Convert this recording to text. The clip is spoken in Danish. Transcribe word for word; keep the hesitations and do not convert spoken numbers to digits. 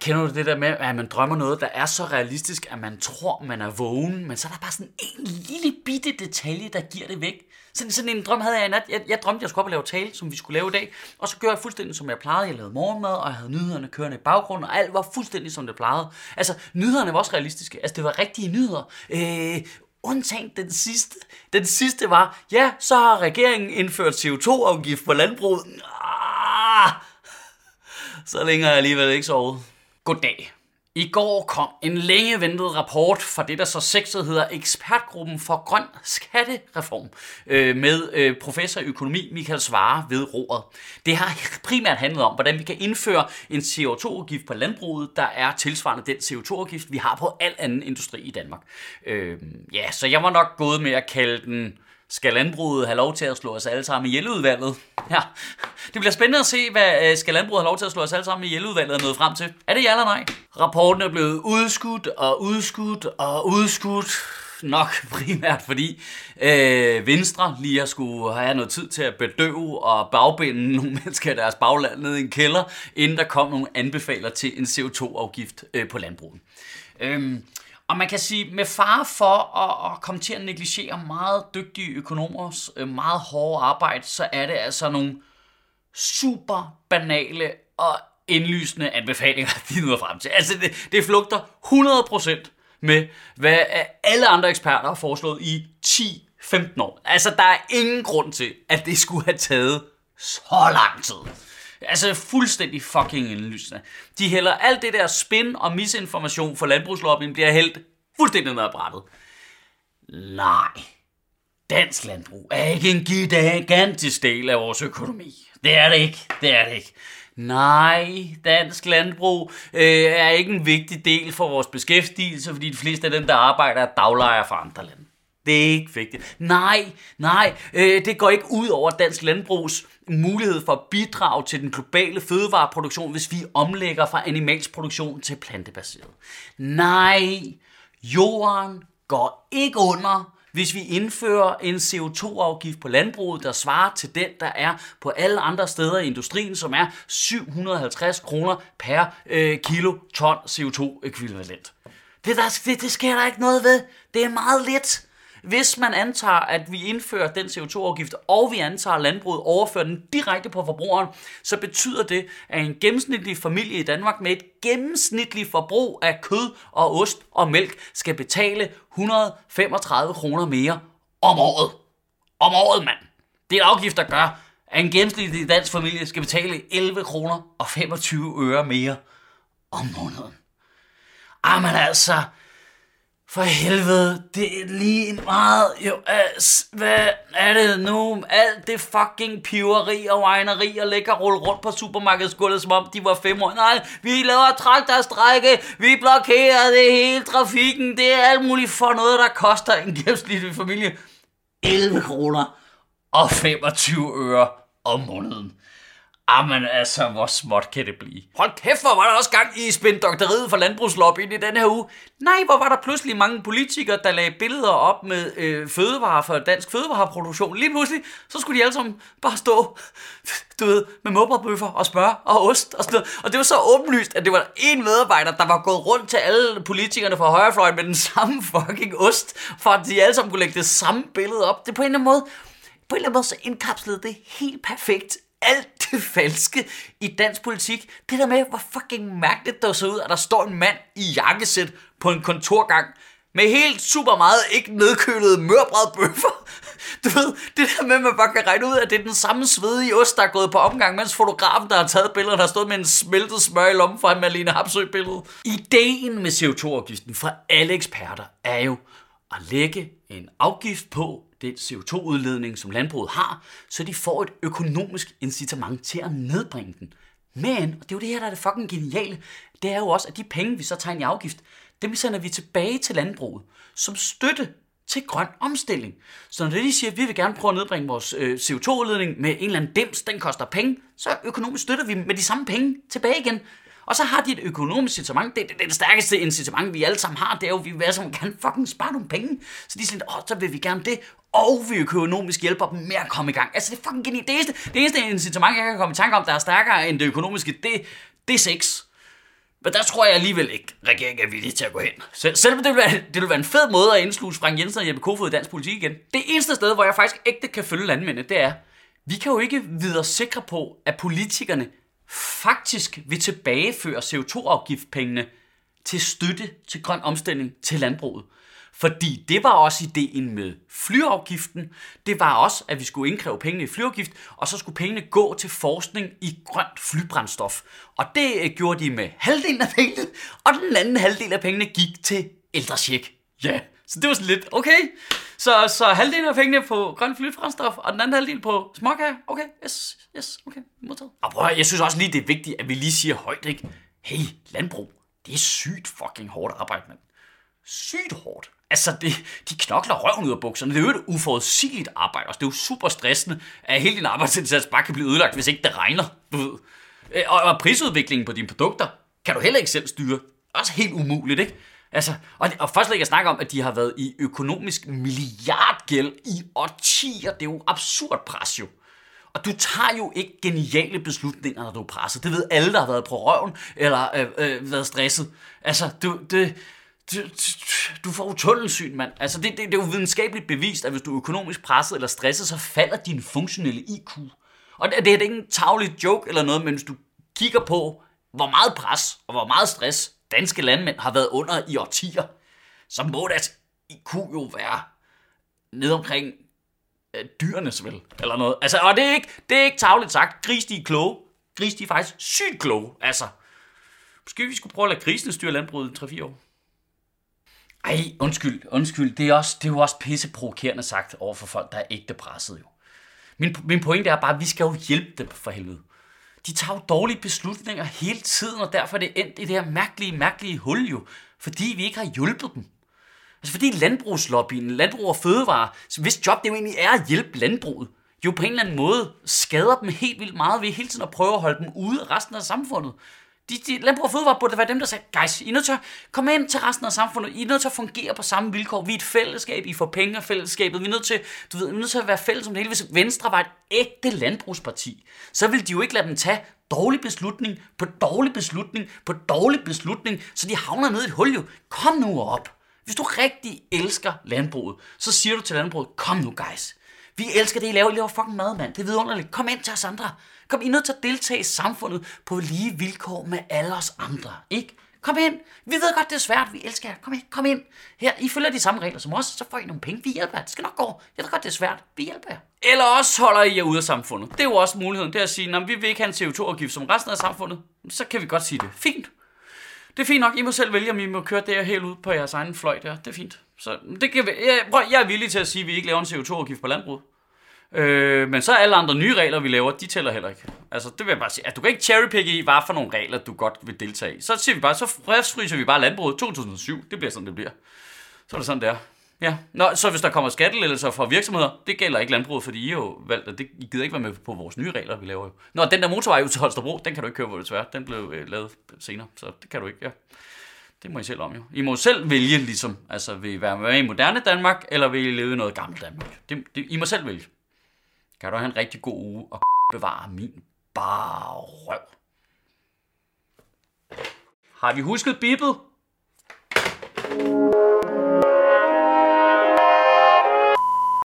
kender du det der med, at man drømmer noget, der er så realistisk, at man tror, man er vågen, men så er der bare sådan en lille bitte detalje, der giver det væk. Sådan, sådan en drøm havde jeg i nat. Jeg, jeg drømte, jeg skulle op og lave tale, som vi skulle lave i dag, og så gjorde jeg fuldstændig, som jeg plejede. Jeg lavede morgenmad, og jeg havde nyhederne kørende i baggrunden, og alt var fuldstændig, som det plejede. Altså, nyhederne var også realistiske. Altså, det var rigtige nyheder. Øh, undtagen den sidste. Den sidste var, ja, så har regeringen indført C O to afgift på landbruget. Ah! Så længe har jeg alligevel ikke sovet. Goddag. I går kom en længe ventet rapport fra det, der så sexet hedder Ekspertgruppen for Grøn Skattereform, øh, med øh, professor i økonomi Michael Svarer ved roret. Det har primært handlet om, hvordan vi kan indføre en C O to afgift på landbruget, der er tilsvarende den C O to afgift, vi har på al anden industri i Danmark. Øh, ja, så jeg var nok gået med at kalde den... Skal landbruget have lov til at slå os alle sammen ihjel udvalget? Ja, det bliver spændende at se, hvad skal landbruget have lov til at slå os alle sammen ihjel udvalget er nået frem til. Er det ja eller nej? Rapporten er blevet udskudt og udskudt og udskudt. Nok primært fordi øh, Venstre lige har skulle have noget tid til at bedøve og bagbinde nogle mennesker i deres bagland ned i en kælder, inden der kom nogle anbefaler til en C O to afgift øh, på landbruget. Øhm, Og man kan sige, med fare for at, at komme til at negligere meget dygtige økonomers øh, meget hårde arbejde, så er det altså nogle super banale og indlysende anbefalinger, de nåede frem til. Altså det, det flugter hundrede procent med, hvad alle andre eksperter har foreslået i ti til femten år. Altså der er ingen grund til, at det skulle have taget så lang tid. Altså fuldstændig fucking indlysende. De hælder alt det der spin og misinformation for landbrugslobbyen bliver hældt fuldstændig ned ad brættet. Nej, dansk landbrug er ikke en gigantisk del af vores økonomi. Det er det ikke, det er det ikke. Nej, dansk landbrug øh, er ikke en vigtig del for vores beskæftigelse, fordi de fleste af dem, der arbejder, er daglejere fra andre lande. Det er ikke vigtigt. Nej, nej, øh, det går ikke ud over dansk landbrugs mulighed for at bidrage til den globale fødevareproduktion, hvis vi omlægger fra animalsk produktion til plantebaseret. Nej, jorden går ikke under, hvis vi indfører en C O to afgift på landbruget, der svarer til den, der er på alle andre steder i industrien, som er syv hundrede og halvtreds kroner per øh, kilo ton C O to ekvivalent. Det, der, det, det sker der ikke noget ved. Det er meget lidt. Hvis man antager, at vi indfører den C O to afgift, og vi antager, at landbruget overfører den direkte på forbrugeren, så betyder det, at en gennemsnitlig familie i Danmark med et gennemsnitligt forbrug af kød og ost og mælk skal betale et hundrede og femogtredive kroner mere om året. Om året, mand. Det er en afgift, der gør, at en gennemsnitlig dansk familie skal betale elleve kroner og femogtyve øre mere om måneden. Ah, men altså... For helvede, det er lige en meget... Jo, altså, hvad er det nu? Alt det fucking piveri og wigneri og lægger rulle rundt på supermarkedsgulvet, som om de var fem år. Nej, vi laver traktorstrække, vi blokerer det hele trafikken. Det er alt muligt for noget, der koster en gennemsnitlig familie elleve kroner og femogtyve øre om måneden. Jamen altså, hvor småt kan det blive? Hold kæft, hvor var der også gang i spindokteriet for landbrugslobbyen i denne her uge. Nej, hvor var der pludselig mange politikere, der lagde billeder op med øh, fødevarer for dansk fødevareproduktion. Lige pludselig, så skulle de alle sammen bare stå, du ved, med mobberbøffer og smør og ost og sådan noget. Og det var så åbenlyst, at det var en medarbejder, der var gået rundt til alle politikerne fra højrefløjen med den samme fucking ost, for at de alle sammen kunne lægge det samme billede op. Det på en eller anden måde, på en eller anden måde så indkapslede det helt perfekt alt det falske i dansk politik. Det der med, hvor fucking mærkeligt der så ud, at der står en mand i jakkesæt på en kontorgang med helt super meget ikke nedkølede mørbrødbøffer. Du ved, det der med, at man bare kan regne ud, at det er den samme svedige ost, der er gået på omgang, mens fotografen, der har taget billeder, der har stået med en smeltet smør i lommen fra en Malene Hapsø-billede. Ideen med C O to afgiften fra alle eksperter er jo at lægge en afgift på den C O to udledning, som landbruget har, så de får et økonomisk incitament til at nedbringe den. Men, og det er jo det her, der er det fucking geniale, det er jo også, at de penge, vi så tager ind i afgift, dem sender vi tilbage til landbruget, som støtte til grøn omstilling. Så når de siger, at vi vil gerne prøve at nedbringe vores øh, C O to udledning med en eller anden dims, den koster penge, så økonomisk støtter vi med de samme penge tilbage igen. Og så har de et økonomisk incitament. Det, det, det er det stærkeste incitament, vi alle sammen har. Det er jo, at vi vil alle sammen gerne fucking spare nogle penge. Så de siger, åh, så vil vi gerne det. Og vi økonomisk hjælper dem med at komme i gang. Altså, det er fucking genialt. Det eneste, det eneste incitament, jeg kan komme i tanke om, der er stærkere end det økonomiske, det, det er sex. Men der tror jeg alligevel ikke, regeringen er villig til at gå hen. Sel- selvom det vil, være, det vil være en fed måde at indsluse Frank Jensen og Jeppe Kofod i dansk politik igen. Det eneste sted, hvor jeg faktisk ægte kan følge landmændene, det er, vi kan jo ikke videre sikre på, at politikerne faktisk vil tilbageføre C O to afgiftspengene til støtte til grøn omstilling til landbruget. Fordi det var også ideen med flyafgiften. Det var også, at vi skulle indkræve pengene i flyafgift, og så skulle pengene gå til forskning i grønt flybrændstof. Og det gjorde de med halvdelen af pengene, og den anden halvdel af pengene gik til ældrecheck. Ja, yeah. Så det var sådan lidt, okay. Så, så halvdelen af pengene på grønt flybrændstof, og den anden halvdel på småkager. Okay, yes, yes, okay, modtaget. Og prøv at, jeg synes også lige, det er vigtigt, at vi lige siger højt, ikke? Hey, landbrug, det er sygt fucking hårdt arbejde, mand. Sygt hårdt. Altså, det, de knokler røven ud af bukserne. Det er jo et uforudsigeligt arbejde. Altså, det er jo super stressende, at hele din arbejdsindsats bare kan blive ødelagt, hvis ikke det regner. Du ved. Og, og prisudviklingen på dine produkter kan du heller ikke selv styre. Også helt umuligt, ikke? Altså, og, og først ikke at snakke om, at de har været i økonomisk milliardgæld i årtier. Det er jo absurd pres, jo. Og du tager jo ikke geniale beslutninger, når du er presset. Det ved alle, der har været på røven, eller øh, øh, været stresset. Altså, du... det Du, du får jo tunnelsyn, mand. Altså, det, det, det er jo videnskabeligt bevist, at hvis du er økonomisk presset eller stresset, så falder din funktionelle I Q. Og det, det er ikke en tarvelig joke eller noget, men hvis du kigger på, hvor meget pres og hvor meget stress danske landmænd har været under i årtier, så må deres I Q jo være ned omkring øh, dyrenes vel, eller noget. Altså, og det er ikke, det er ikke tarveligt sagt. Gris, de er kloge. Gris, de er faktisk sygt kloge. Altså, måske vi skulle prøve at lade grisene styre landbruget i tre fire år. Ej, undskyld, undskyld. Det er, også, det er jo også pisseprovokerende sagt over for folk, der er ægte presset jo. Min, min pointe er bare, at vi skal jo hjælpe dem for helvede. De tager jo dårlige beslutninger hele tiden, og derfor er det endt i det her mærkelige, mærkelige hul jo. Fordi vi ikke har hjulpet dem. Altså fordi landbrugslobbyen, landbrug og fødevare, hvis job det jo egentlig er at hjælpe landbruget, jo på en eller anden måde skader dem helt vildt meget ved hele tiden at prøve at holde dem ude af resten af samfundet. De, de, landbrug og fødevare burde være dem, der sagde, guys, I er nødt til at komme ind til resten af samfundet. I er nødt til at fungere på samme vilkår. Vi er et fællesskab. I får penge af fællesskabet. Vi er nødt til, du ved, vi er nødt til at være fælles om det hele. Hvis Venstre var et ægte landbrugsparti, så ville de jo ikke lade dem tage dårlig beslutning på dårlig beslutning på dårlig beslutning, så de havner ned i et hul jo. Kom nu op. Hvis du rigtig elsker landbruget, så siger du til landbruget, kom nu, guys. Vi elsker det, I laver. I laver fucking mad, mand. Det er vidunderligt. Kom ind til os andre. Kom, I er nødt til at deltage i samfundet på lige vilkår med alle os andre, ikke? Kom ind. Vi ved godt, det er svært. Vi elsker jer. Kom ind. Kom ind. Her, I følger de samme regler som os, så får I nogle penge. Vi hjælper jer. Det skal nok gå. Jeg ved godt, det er svært. Vi hjælper jer. Eller også holder I jer ude af samfundet. Det er jo også muligheden. Det er at sige, når vi vil ikke have en C O to afgift som resten af samfundet, så kan vi godt sige det. Fint. Det er fint nok. I må selv vælge, om I må køre det her helt ud på jeres egen fløj der. Det er fint. Så det kan vi. Jeg, prøv, jeg er villig til at sige, at vi ikke laver en C O to afgift på landbruget. Øh, men så er alle andre nye regler, vi laver, de tæller heller ikke. Altså, det vil jeg bare sige. At du kan ikke cherrypicke i, hvad for nogle regler, du godt vil deltage i. Så siger vi bare, så fryser vi bare landbruget to tusind og syv. Det bliver sådan, det bliver. Så er det sådan, det er. Ja. Nå, så hvis der kommer skattelettelser fra virksomheder, det gælder ikke landbruget, fordi I jo valgt, at det, I gider ikke være med på vores nye regler, vi laver jo. Nå, den der motorvej ud til Holstebro, den kan du ikke køre på desværre. Den blev øh, lavet senere, så det kan du ikke, ja. Det må I selv om jo. I må selv vælge, ligesom, altså vil I være med i moderne Danmark, eller vil I leve i noget gammelt Danmark? Det, det, I må selv vælge. Kan du have en rigtig god uge og bevare min bare røv. Har vi husket bippet?